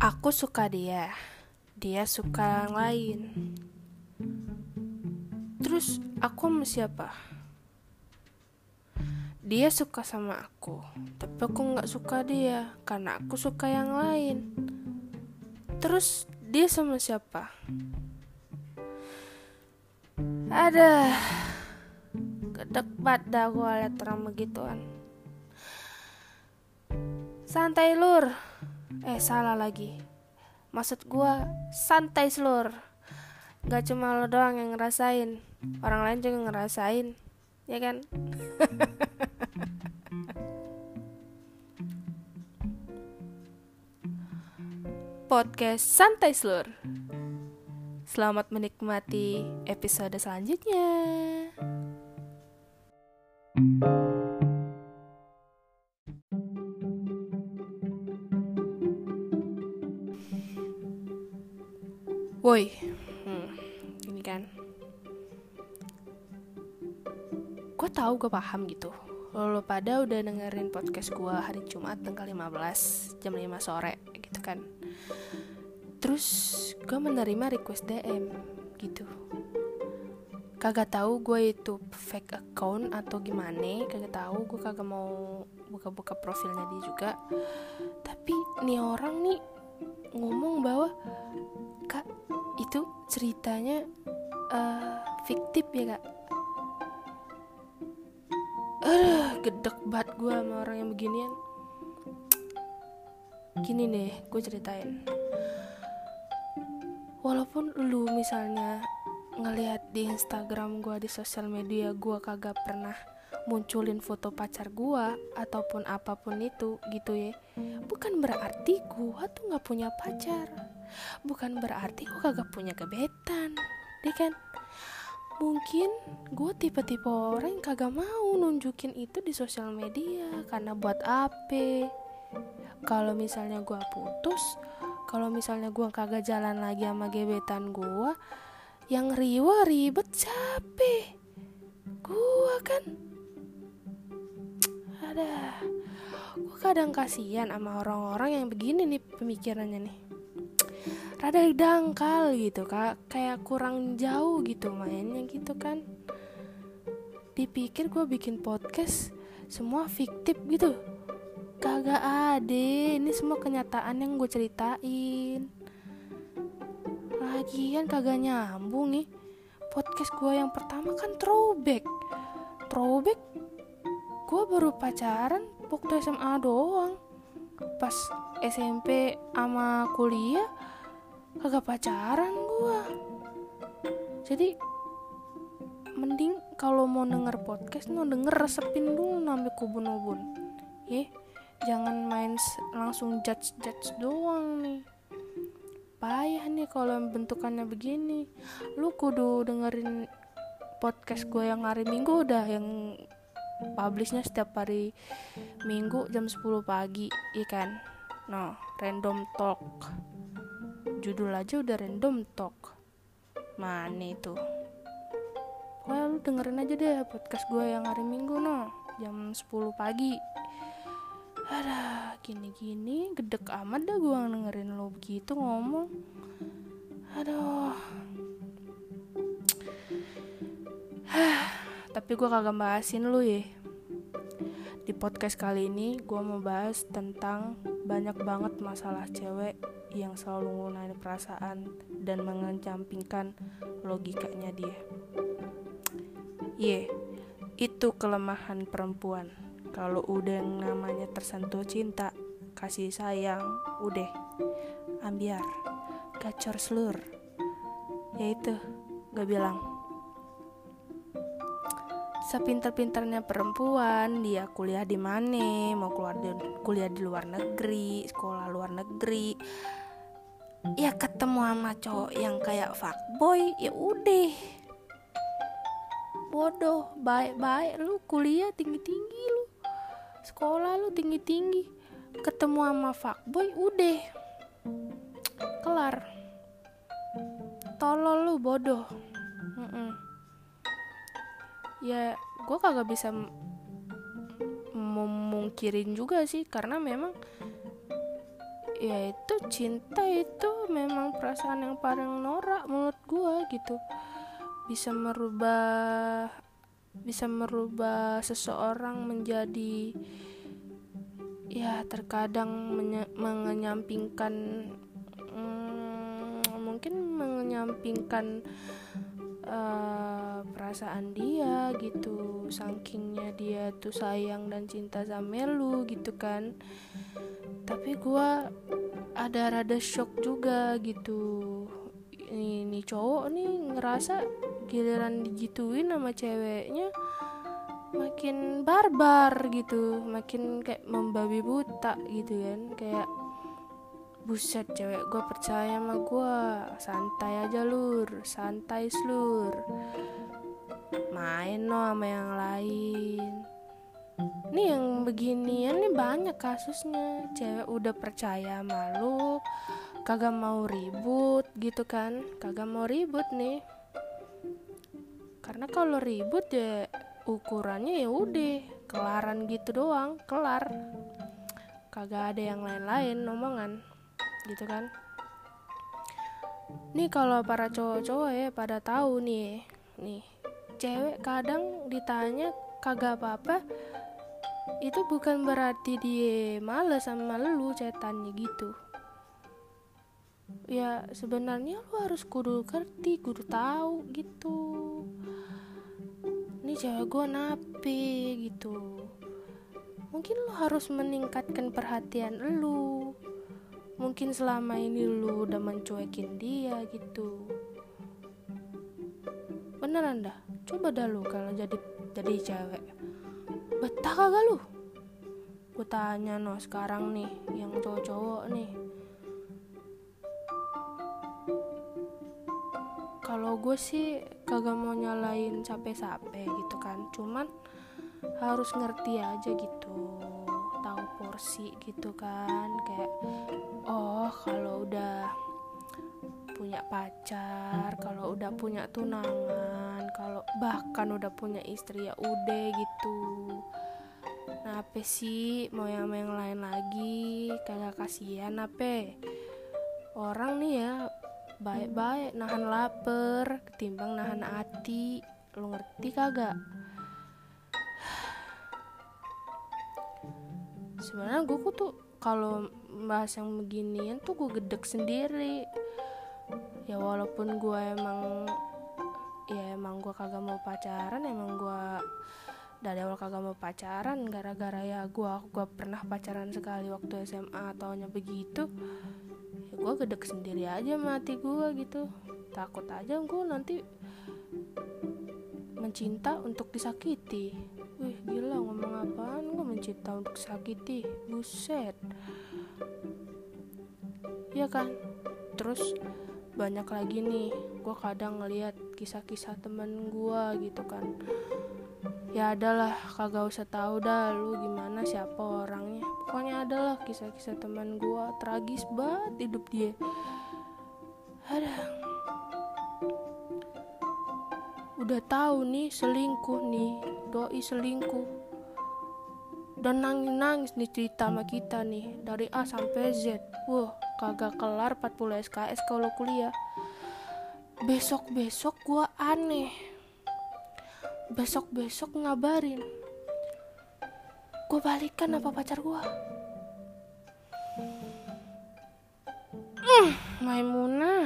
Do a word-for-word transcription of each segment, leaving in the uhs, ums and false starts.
Aku suka dia, dia suka yang lain. Terus aku sama siapa? Dia suka sama aku, tapi aku gak suka dia karena aku suka yang lain. Terus dia sama siapa? Ada gedek banget dah gue liat orang begituan. Santai lur. Eh salah lagi. Maksud gue santai lur. Gak cuma lo doang yang ngerasain, orang lain juga ngerasain, ya kan? Podcast Santai Slur. Selamat menikmati episode selanjutnya. Woi, hmm, ini kan, gue tahu gue paham gitu. Lo pada udah dengerin podcast gue hari Jumat tanggal lima belas jam lima sore gitu kan. Terus gue menerima request D M gitu. Kagak tahu gue itu fake account atau gimana, kagak tahu. Gue kagak mau buka-buka profilnya dia juga. Tapi nih orang nih ngomong bahwa Kak, itu ceritanya uh, fiktif ya kak. Aduh, gedek banget gue sama orang yang beginian. Gini nih, gue ceritain. Walaupun lu misalnya ngelihat di Instagram gue, di sosial media gue kagak pernah munculin foto pacar gue ataupun apapun itu gitu ya, bukan berarti gue tuh gak punya pacar. Bukan berarti gue kagak punya gebetan, deh kan? Mungkin gue tipe-tipe orang yang kagak mau nunjukin itu di sosial media. Karena buat apa? Kalau misalnya gue putus, kalau misalnya gue kagak jalan lagi sama gebetan gue, yang riwa ribet siapa? Gue kan. Ada. Gue kadang kasihan sama orang-orang yang begini nih pemikirannya nih. Rada dangkal gitu kak, kayak kurang jauh gitu mainnya gitu kan. Dipikir gue bikin podcast semua fiktif gitu. Kagak ada, ini semua kenyataan yang gue ceritain. Lagian kagak nyambung nih. Podcast gue yang pertama kan throwback. Throwback gue baru pacaran waktu S M A doang. Pas S M P sama kuliah kagak pacaran gua. Jadi mending kalau mau denger podcast no denger resepin dulu sampai kubun-ubun. Ya, jangan main langsung judge-judge doang nih. Payah nih kalau bentukannya begini. Lu kudu dengerin podcast gue yang hari Minggu udah, yang publishnya setiap hari Minggu jam sepuluh pagi, iya kan? No, random talk. Judul aja udah random talk. Mana itu? Pokoknya lu dengerin aja deh podcast gue yang hari Minggu no, jam sepuluh pagi. Aduh, gini-gini gedek amat dah gue dengerin lu begitu ngomong. Aduh. Tapi gue kagak bahasin lu ya. Di podcast kali ini gue mau bahas tentang banyak banget masalah cewek yang selalu menggunakan perasaan dan mengecampingkan logikanya dia. Iya, yeah, itu kelemahan perempuan. Kalau udah yang namanya tersentuh cinta, kasih sayang, udah ambiar, gacor selur. Ya itu, gak bilang. Sepintar-pintarnya perempuan, dia kuliah di mana, mau keluar di, kuliah di luar negeri, sekolah luar negeri, ya ketemu sama cowok yang kayak fuckboy, ya udah bodoh. Baik-baik lu kuliah tinggi-tinggi, lu sekolah lu tinggi-tinggi, ketemu sama fuckboy, udah kelar. Tolol lu, bodoh. Mm-mm. Ya gue kagak bisa memungkirin juga sih, karena memang ya itu cinta itu memang perasaan yang paling norak menurut gue gitu. Bisa merubah bisa merubah seseorang menjadi, ya terkadang menye- mengenyampingkan hmm, mungkin mengenyampingkan uh, perasaan dia gitu, sakingnya dia tuh sayang dan cinta sama lu gitu kan. Tapi gue ada rada shock juga gitu. Ini, ini cowok nih ngerasa giliran digituin sama ceweknya makin barbar gitu, makin kayak membabi buta gitu kan. Kayak buset, cewek gue percaya sama gue, santai aja lur, santai slur, main no sama yang lain. Nih yang beginian nih banyak kasusnya. Cewek udah percaya sama lu, kagak mau ribut gitu kan. Kagak mau ribut nih. Karena kalau ribut ya ukurannya ya udah kelaran gitu doang, kelar. Kagak ada yang lain-lain omongan gitu kan. Nih kalau para cowok-cowok ya pada tahu nih. Nih, cewek kadang ditanya kagak apa-apa, itu bukan berarti dia males sama lu cetannya gitu. Ya sebenarnya lu harus kudu ngerti, kudu tahu gitu. Ini cewek gue nape gitu. Mungkin lu harus meningkatkan perhatian lu. Mungkin selama ini lu udah mencuekin dia gitu. Beneran dah, coba dah lu kalau jadi jadi cewek, betah kagak lu? Gue tanya no sekarang nih, yang cowok-cowok nih. Kalau gue sih kagak mau nyalain sape-sape gitu kan, cuman harus ngerti aja gitu, tahu porsi gitu kan. Kayak oh kalau udah punya pacar, kalau udah punya tunangan, kalau bahkan udah punya istri ya udah gitu. Nah apa sih mau yang yang lain lagi, kagak kasihan apa? Orang nih ya baik-baik nahan lapar ketimbang nahan hati. Lu ngerti kagak? Sebenarnya gue tuh kalau bahas yang beginian tuh gue gedek sendiri. Ya walaupun gue emang ya emang gue kagak mau pacaran, emang gue dari awal kagak mau pacaran gara-gara ya gue gue pernah pacaran sekali waktu S M A, taunya begitu. Ya gue gedek sendiri aja mati gue gitu. Takut aja gue nanti mencinta untuk disakiti. Wih gila, ngomong apaan gue mencinta untuk disakiti, buset. Ya kan. Terus banyak lagi nih, gue kadang ngeliat kisah-kisah temen gue gitu kan. Ya adalah, kagak usah tahu dah lu gimana siapa orangnya. Pokoknya adalah kisah-kisah teman gue, tragis banget hidup dia. Ada. Udah tahu nih selingkuh nih, doi selingkuh. Dan nangis-nangis nih cerita sama kita nih dari A sampai Z. Wah, kagak kelar empat puluh S K S kalau kuliah. Besok-besok gue aneh. Besok-besok ngabarin gue balikan apa pacar gue. mm, Maimunah,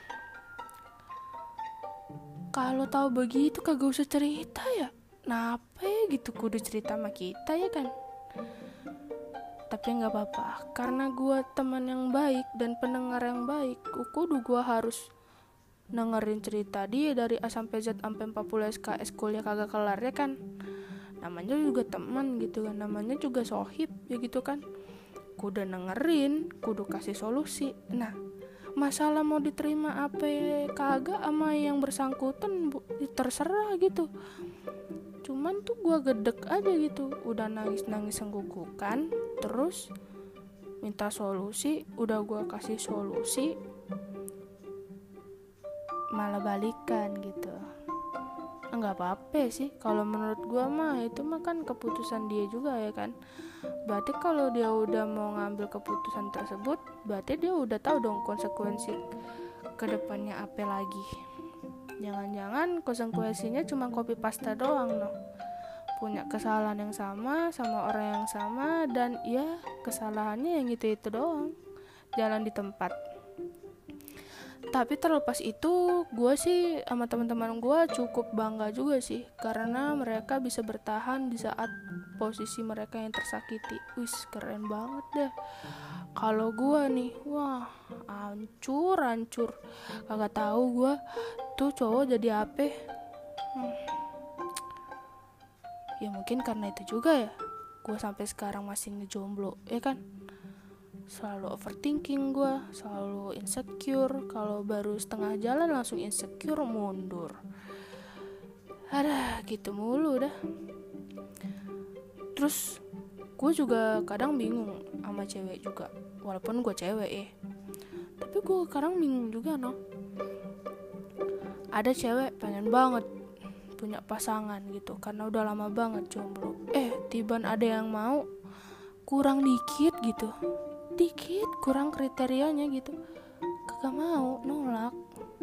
kalau tahu begitu kagak usah cerita ya. Napa ya gitu kudu cerita sama kita ya kan. Tapi nggak apa-apa, karena gue teman yang baik dan pendengar yang baik, kudu gue harus dengerin cerita dia dari A sampai Z sampai empat puluh S K S kuliah kagak kelar ya kan. Namanya juga teman gitu kan, namanya juga sohib ya gitu kan. Kudu dengerin, kudu kasih solusi. Nah masalah mau diterima apa ya, kagak sama yang bersangkutan terserah gitu. Cuman tuh gue gedek aja gitu, udah nangis-nangis senggugukan, terus minta solusi, udah gue kasih solusi malah balikan gitu. nggak apa-apa sih. Kalau menurut gue mah itu mah kan keputusan dia juga ya kan. Berarti kalau dia udah mau ngambil keputusan tersebut, berarti dia udah tahu dong konsekuensi kedepannya apa lagi. Jangan-jangan konsekuensinya cuma copy paste doang noh. Punya kesalahan yang sama sama orang yang sama, dan ya kesalahannya yang itu-itu doang, jalan di tempat. Tapi terlepas itu, gue sih sama teman-teman gue cukup bangga juga sih, karena mereka bisa bertahan di saat posisi mereka yang tersakiti. Wis, keren banget deh. Kalau gue nih, wah, hancur, hancur. Kagak tahu gue tuh cowok jadi apa. Hmm. Ya mungkin karena itu juga ya, gue sampai sekarang masih ngejomblo, ya kan? Selalu overthinking gue, selalu insecure. Kalau baru setengah jalan langsung insecure, mundur. Aduh, gitu mulu dah. Terus gue juga kadang bingung sama cewek juga, walaupun gue cewek ya. Tapi gue kadang bingung juga no. Ada cewek pengen banget punya pasangan gitu, karena udah lama banget jomblo. Eh, tiban ada yang mau, kurang dikit gitu. Dikit kurang kriterianya gitu, kagak mau, nolak.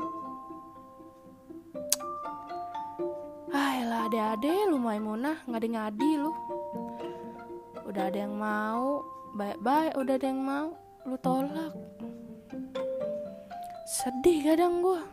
Ah elah ade-ade lu Maimunah, ngadi-ngadi lu. Udah ada yang mau, baik-baik udah ada yang mau, lu tolak. Sedih kadang gua.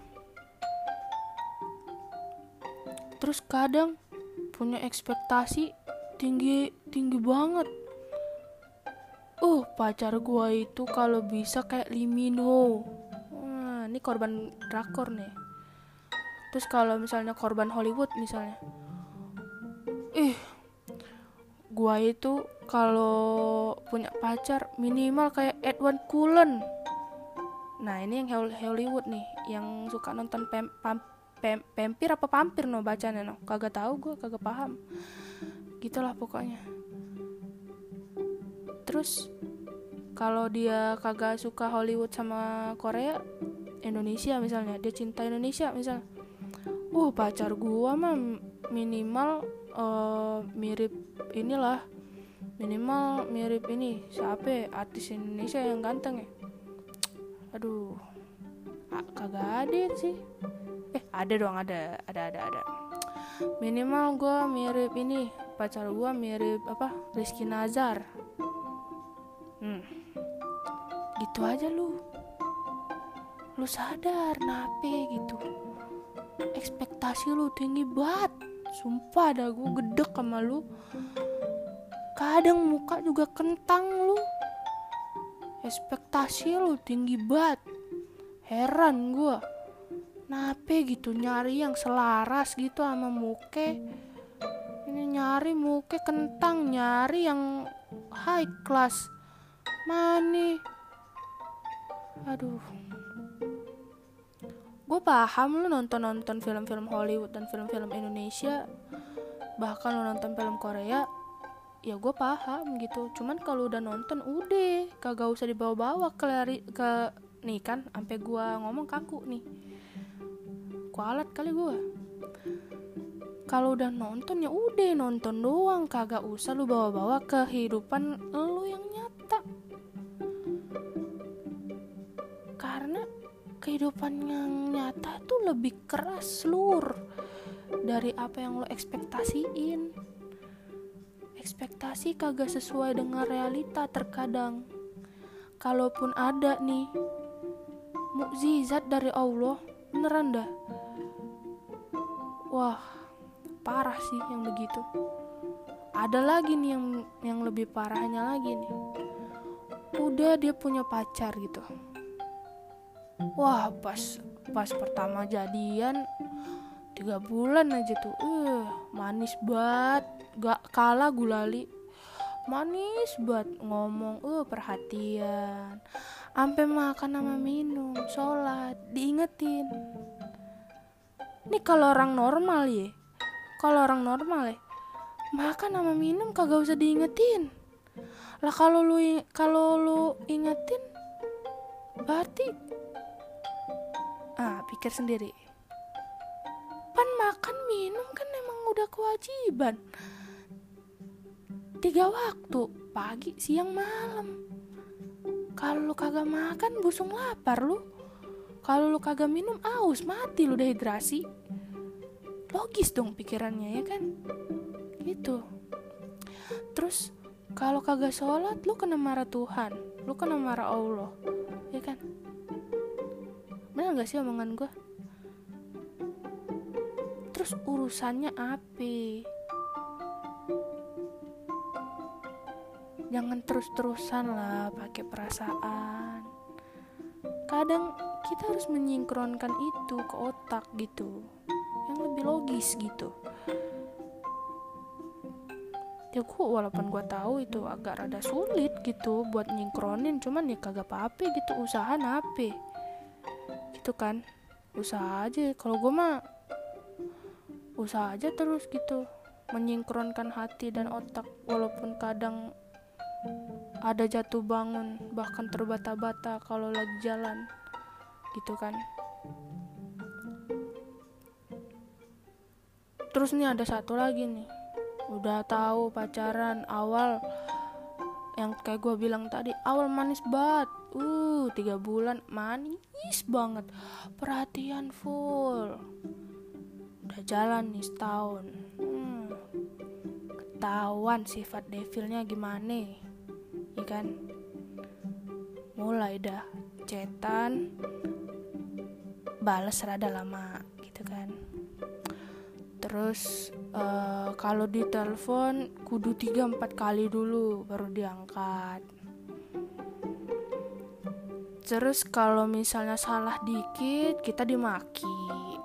Terus kadang punya ekspektasi tinggi tinggi banget. Uh, pacar gua itu kalau bisa kayak Lee Min Ho. Wah, ini korban drakor nih. Terus kalau misalnya korban Hollywood misalnya. Ih, gua itu kalau punya pacar minimal kayak Edward Cullen. Nah, ini yang Hollywood nih, yang suka nonton pem, pam, pem, pempir apa pampir no bacanya no. Kagak tahu gua, kagak paham. Gitulah pokoknya. Terus kalau dia kagak suka Hollywood sama Korea, Indonesia misalnya, dia cinta Indonesia misalnya. Uh, pacar gua mah minimal uh, mirip inilah. Minimal mirip ini, siapa artis Indonesia yang ganteng ya? Aduh. Ah, kagak ada sih. Eh, ada dong, ada, ada, ada, ada. Minimal gua mirip ini, pacar gua mirip apa? Rizky Nazar. Hmm. Gitu aja lu. Lu sadar nape gitu. Ekspektasi lu tinggi banget. Sumpah dah gue gedek sama lu. Kadang muka juga kentang lu. Ekspektasi lu tinggi banget. Heran gue. Nape gitu nyari yang selaras gitu sama muke. Ini nyari muke kentang, nyari yang high class. Mana? Aduh. Gue paham lu nonton-nonton film-film Hollywood dan film-film Indonesia, bahkan lu nonton film Korea, ya gue paham gitu. Cuman kalau udah nonton udah kagak usah dibawa-bawa ke lari, ke nih kan, sampai gue ngomong kaku nih. Kualat kali gue. Kalau udah nonton ya udah nonton doang, kagak usah lu bawa-bawa kehidupan lu yang nyata. Karena kehidupan yang nyata tuh lebih keras lur dari apa yang lo ekspektasiin. Ekspektasi kagak sesuai dengan realita terkadang. Kalaupun ada nih mukjizat dari Allah, beneran dah. Wah, parah sih yang begitu. Ada lagi nih yang yang lebih parahnya lagi nih. Udah dia punya pacar gitu. Wah, pas pas pertama jadian tiga bulan aja tuh, eh manis banget, gak kalah gulali, manis banget ngomong, eh perhatian, ampe makan sama minum, sholat, diingetin. Ini kalau orang normal ya, kalau orang normal ya, makan sama minum kagak usah diingetin. Lah kalau lu kalau lu ingetin, berarti ah, pikir sendiri. Pan makan minum udah kewajiban tiga waktu, pagi, siang, malam. Kalau lu kagak makan busung lapar lu. Kalau lu kagak minum aus mati lu dehidrasi. Logis dong pikirannya ya kan? Gitu. Terus kalau kagak sholat lu kena marah Tuhan, lu kena marah Allah, ya kan? Bener gak sih omongan gue? Terus urusannya apa? Jangan terus-terusan lah pakai perasaan. Kadang kita harus menyingkronkan itu ke otak gitu, yang lebih logis gitu. Ya gue walaupun gue tahu itu agak rada sulit gitu buat nyingkronin, cuman ya kagak apa-apa gitu, usaha nape gitu kan, usaha aja. Kalau gue mah usaha aja terus gitu menyingkronkan hati dan otak, walaupun kadang ada jatuh bangun, bahkan terbata-bata kalau lagi jalan gitu kan. Terus nih ada satu lagi nih, udah tahu pacaran awal yang kayak gue bilang tadi, awal manis banget, uh tiga bulan manis banget, perhatian full. Udah jalan nih setahun, hmm, ketahuan sifat devilnya gimana, ya kan? Mulai dah chatan, balas rada lama gitu kan. Terus uh, kalau ditelepon kudu tiga empat kali dulu baru diangkat. Terus kalau misalnya salah dikit kita dimaki,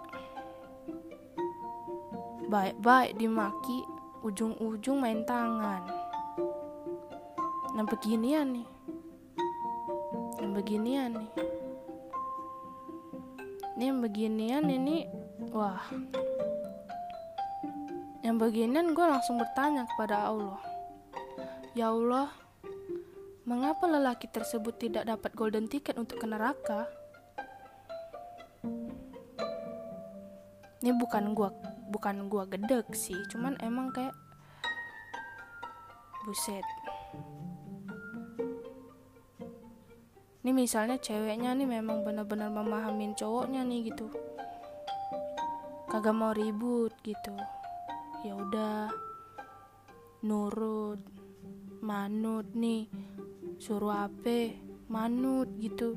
baik-baik dimaki, ujung-ujung main tangan. Nah beginian nih, nah beginian nih, ini yang beginian ini, wah, yang beginian gue langsung bertanya kepada Allah, ya Allah, mengapa lelaki tersebut tidak dapat golden ticket untuk ke neraka? Ini bukan gue, bukan gue gedek sih, cuman emang kayak buset. Ini misalnya ceweknya nih memang benar-benar memahamin cowoknya nih gitu, kagak mau ribut gitu, ya udah nurut, manut nih, suruh apa manut gitu.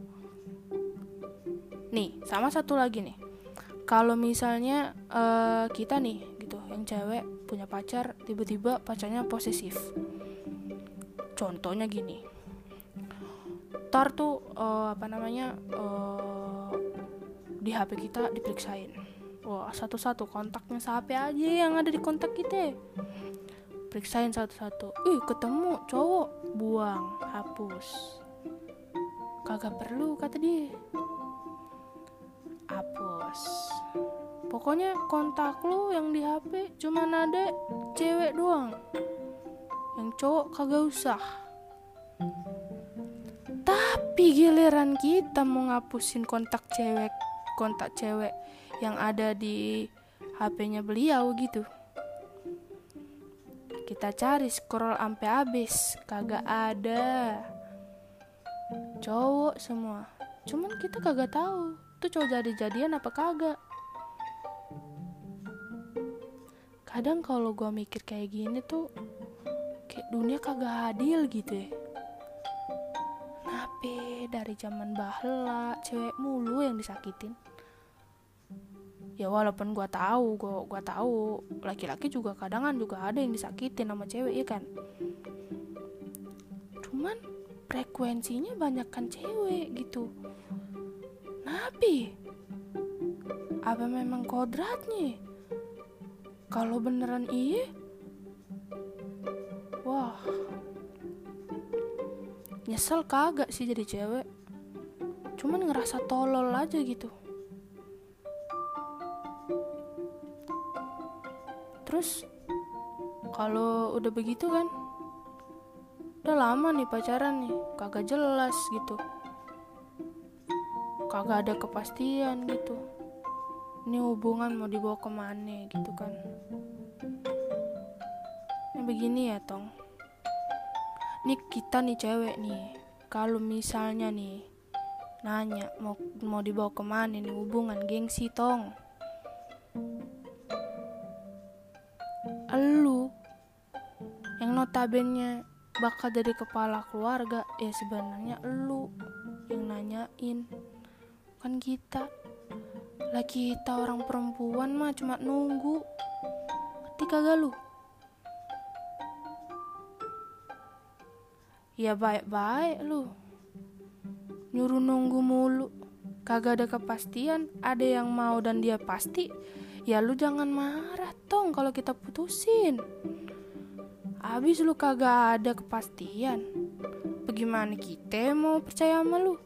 Nih sama satu lagi nih, kalau misalnya uh, kita nih gitu, yang cewek punya pacar, tiba-tiba pacarnya posesif. Contohnya gini, tar tuh uh, apa namanya uh, di H P kita diperiksain, wah satu-satu kontaknya siapa aja yang ada di kontak kita, periksain satu-satu. Ih ketemu cowok, buang, hapus, kagak perlu kata dia, hapus. Pokoknya kontak lu yang di H P cuman ada cewek doang, yang cowok kagak usah. Tapi giliran kita mau ngapusin kontak cewek, kontak cewek yang ada di H P-nya beliau gitu, kita cari scroll sampai habis, kagak ada, cowok semua. Cuman kita kagak tahu tuh cowok jadi-jadian apa kagak. Kadang kalau gue mikir kayak gini tuh kayak dunia kagak adil gitu ya. Nape dari zaman bahla cewek mulu yang disakitin. Ya walaupun gue tahu, gue gue tahu laki-laki juga kadangan juga ada yang disakitin sama cewek ya kan. Cuman frekuensinya banyakkan cewek gitu. Napi? Apa memang kodratnya? Kalau beneran iya, wah, nyesel kagak sih jadi cewek. Cuman ngerasa tolol aja gitu. Terus kalau udah begitu kan, udah lama nih pacaran nih, kagak jelas gitu, kagak ada kepastian gitu, ini hubungan mau dibawa kemana gitu kan. begini ya Tong, nih kita nih cewek nih, kalau misalnya nih nanya mau mau dibawa kemana nih hubungan gengsi Tong, elu yang notabene bakal jadi kepala keluarga, ya sebenarnya elu yang nanyain, kan kita. Lah kita orang perempuan mah cuma nunggu. Ngerti kagak lu? Ya baik-baik lu, nyuruh nunggu mulu, kagak ada kepastian. Ada yang mau dan dia pasti, ya lu jangan marah Tong kalau kita putusin. Abis lu kagak ada kepastian, bagaimana kita mau percaya sama lu?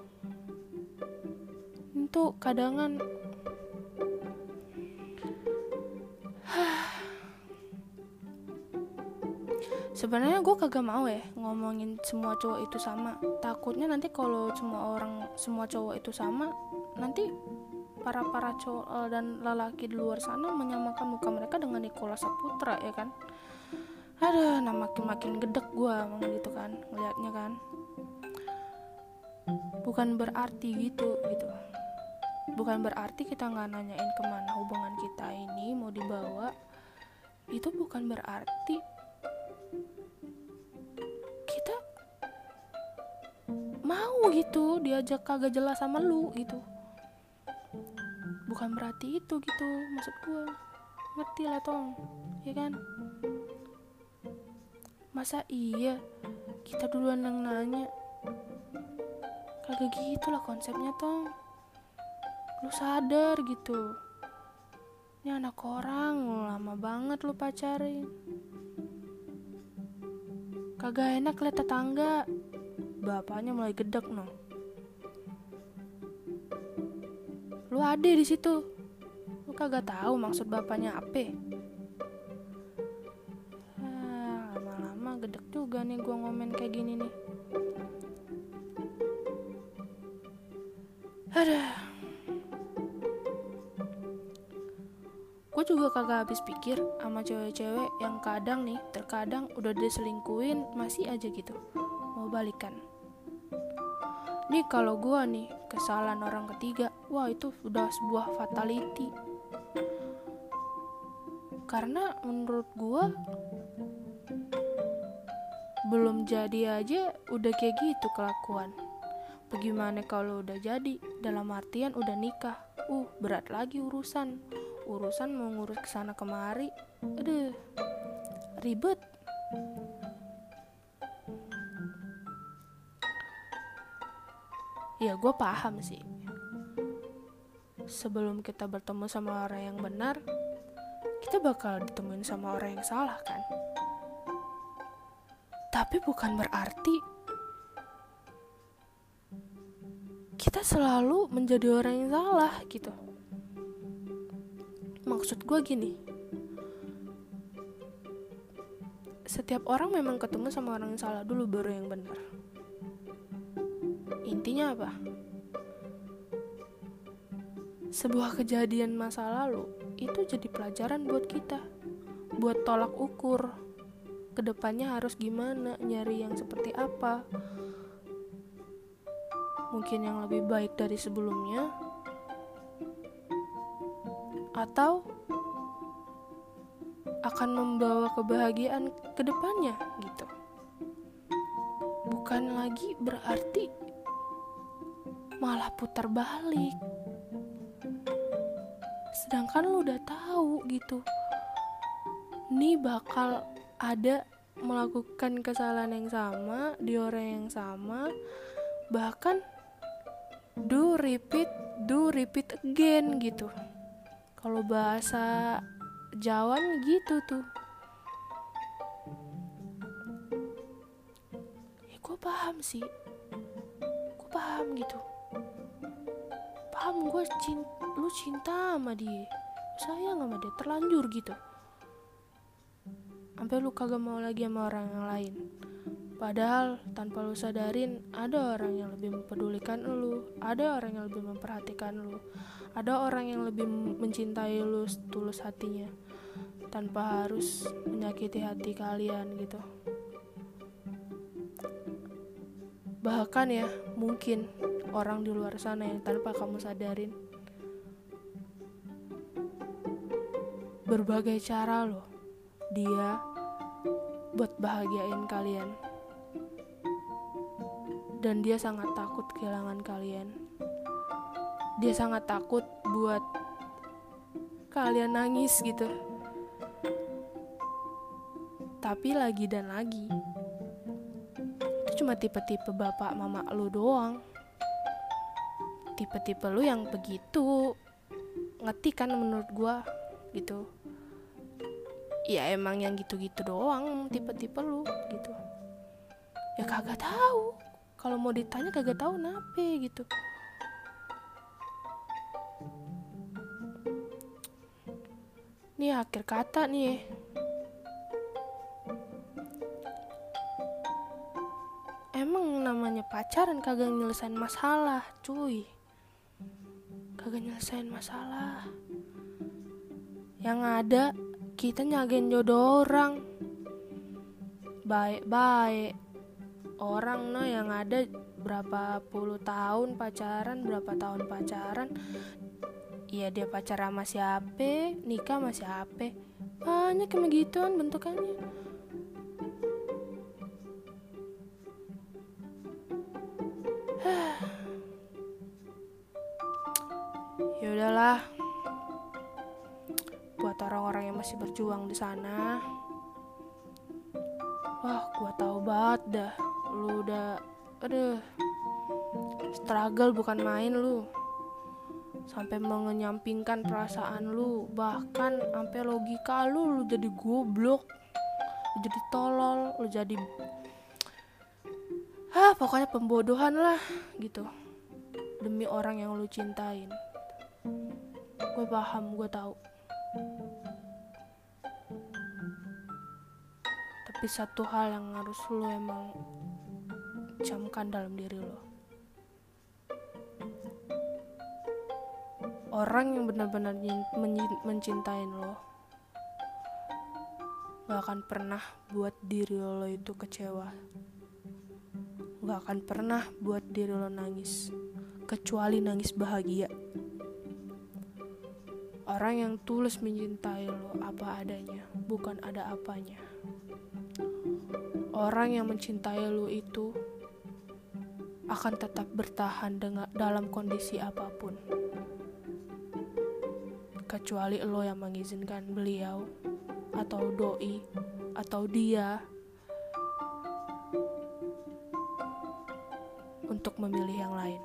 Itu kadangan sebenarnya gue kagak mau ya ngomongin semua cowok itu sama. Takutnya nanti kalau semua orang semua cowok itu sama, nanti para para cowok dan lelaki di luar sana menyamakan muka mereka dengan Nicholas Saputra, ya kan? Aduh, nah makin-makin gedek gue emang gitu kan ngeliatnya kan. Bukan berarti gitu gitu. Bukan berarti kita nggak nanyain kemana hubungan kita ini mau dibawa. Itu bukan berarti kita mau gitu diajak kagak jelas sama lu gitu. Bukan berarti itu gitu maksud gue. Ngerti lah Tong, ya kan? Masa iya kita duluan yang nanya? Kagak gitu lah konsepnya Tong. Lu sadar gitu, ini anak orang lama banget lu pacarin. Kagak enak liat tetangga, bapaknya mulai gedek no. Lu ada di situ, lu kagak tahu maksud bapaknya apa? Ah, lama-lama gedek juga nih gua ngomen kayak gini nih. Aduh. Gue juga kagak habis pikir sama cewek-cewek yang kadang nih, terkadang udah diselingkuin masih aja gitu mau balikan. Nih kalau gue nih kesalahan orang ketiga, wah itu udah sebuah fatality. Karena menurut gue belum jadi aja udah kayak gitu kelakuan. Bagaimana kalau udah jadi, dalam artian udah nikah, uh berat lagi urusan. Urusan mau ngurus kesana kemari, aduh, ribet. Ya gue paham sih, sebelum kita bertemu sama orang yang benar, kita bakal ditemuin sama orang yang salah kan. Tapi bukan berarti kita selalu menjadi orang yang salah gitu. Maksud gue gini, setiap orang memang ketemu sama orang yang salah dulu baru yang benar. Intinya apa? Sebuah kejadian masa lalu itu jadi pelajaran buat kita, buat tolak ukur kedepannya harus gimana, nyari yang seperti apa. Mungkin yang lebih baik dari sebelumnya, atau akan membawa kebahagiaan ke depannya gitu. Bukan lagi berarti malah putar balik. Sedangkan lu udah tahu gitu, nih bakal ada melakukan kesalahan yang sama di orang yang sama, bahkan do repeat, do repeat again gitu. Kalau bahasa Jawa gitu tuh. Ya gue paham sih, gue paham gitu. Paham gue cinta, lu cinta sama dia, lu sayang sama dia, terlanjur gitu. Sampai lu kagak mau lagi sama orang yang lain. Padahal tanpa lu sadarin ada orang yang lebih mempedulikan lu, ada orang yang lebih memperhatikan lu, ada orang yang lebih mencintai lu tulus hatinya. tanpa harus menyakiti hati kalian gitu. Bahkan ya, mungkin orang di luar sana yang tanpa kamu sadarin berbagai cara loh dia buat bahagiain kalian. Dan dia sangat takut kehilangan kalian. Dia sangat takut buat kalian nangis gitu. Tapi lagi dan lagi, itu cuma tipe-tipe bapak mama lu doang. Tipe-tipe lu yang begitu. Ngerti kan menurut gua gitu. Ya emang yang gitu-gitu doang tipe-tipe lu gitu. Ya kagak tahu. Kalau mau ditanya kagak tahu nape gitu. Nih akhir kata nih. Emang namanya pacaran kagak nyelesain masalah, cuy. Kagak nyelesain masalah. Yang ada kita nyagain jodoh orang. Baik-baik. Orang no yang ada berapa puluh tahun pacaran, berapa tahun pacaran. Iya dia pacaran sama siapa, nikah sama siapa. Banyak kayak begituan bentukannya. Ya udahlah. Buat orang-orang yang masih berjuang di sana. Wah, gua tahu banget dah. Lu udah aduh. Struggle bukan main lu. Sampai mengenyampingkan perasaan lu, bahkan sampai logika lu lu jadi goblok. Lu jadi tolol, lu jadi ah, pokoknya pembodohan lah gitu. Demi orang yang lu cintain. Gue paham, gue tahu. Tapi satu hal yang harus lu emang camkan dalam diri lo. Orang yang benar-benar mencintain lo gak akan pernah buat diri lo itu kecewa. Gak akan pernah buat diri lo nangis, kecuali nangis bahagia. Orang yang tulus mencintai lo apa adanya, bukan ada apanya. Orang yang mencintai lo itu akan tetap bertahan dengan dalam kondisi apapun. Kecuali lo yang mengizinkan beliau atau doi atau dia untuk memilih yang lain.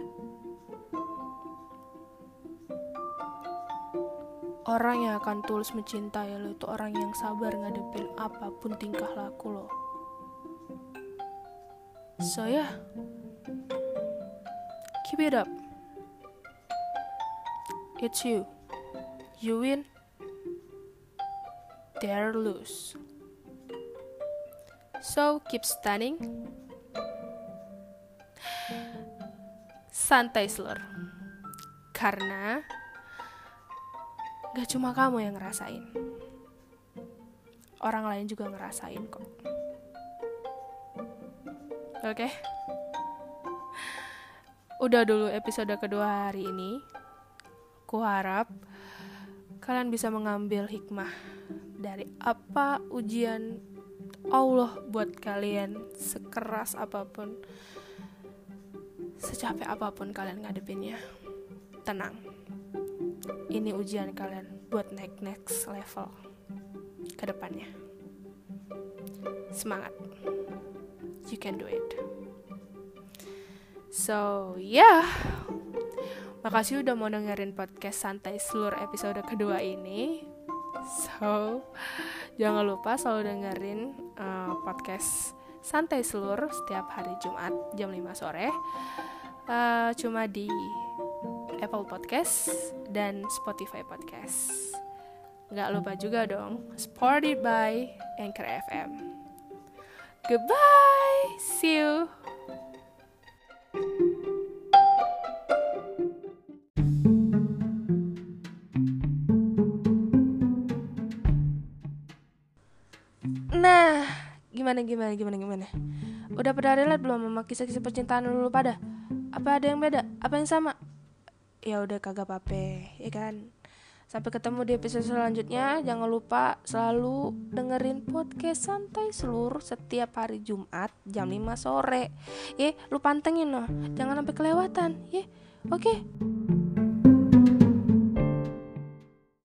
Orang yang akan tulus mencintai lo itu orang yang sabar ngadepin apapun tingkah laku lo. So ya, yeah. Keep it up. It's you. You win, they lose. So keep standing. Santai Slur. Karena gak cuma kamu yang ngerasain, orang lain juga ngerasain kok. Oke okay? Udah dulu episode kedua hari ini. Ku harap kalian bisa mengambil hikmah dari apa ujian Allah buat kalian, sekeras apapun, secapek apapun kalian ngadepinnya. Tenang, ini ujian kalian buat naik next level ke depannya. Semangat, you can do it. So yeah, makasih udah mau dengerin podcast Santai Slur episode kedua ini. So, jangan lupa selalu dengerin uh, podcast Santai Slur setiap hari Jumat jam lima sore. Uh, cuma di Apple Podcast dan Spotify Podcast. Gak lupa juga dong, supported by Anchor F M. Goodbye, see you. Gimana gimana gimana gimana? Udah pada relate belum sama kisah-kisah percintaan dulu pada? Apa ada yang beda? Apa yang sama? Ya udah kagak apa-apa, ya kan? Sampai ketemu di episode selanjutnya. Jangan lupa selalu dengerin podcast Santai Seluruh setiap hari Jumat jam lima sore. Ya, lu pantengin loh. Jangan sampai kelewatan, ya. Oke.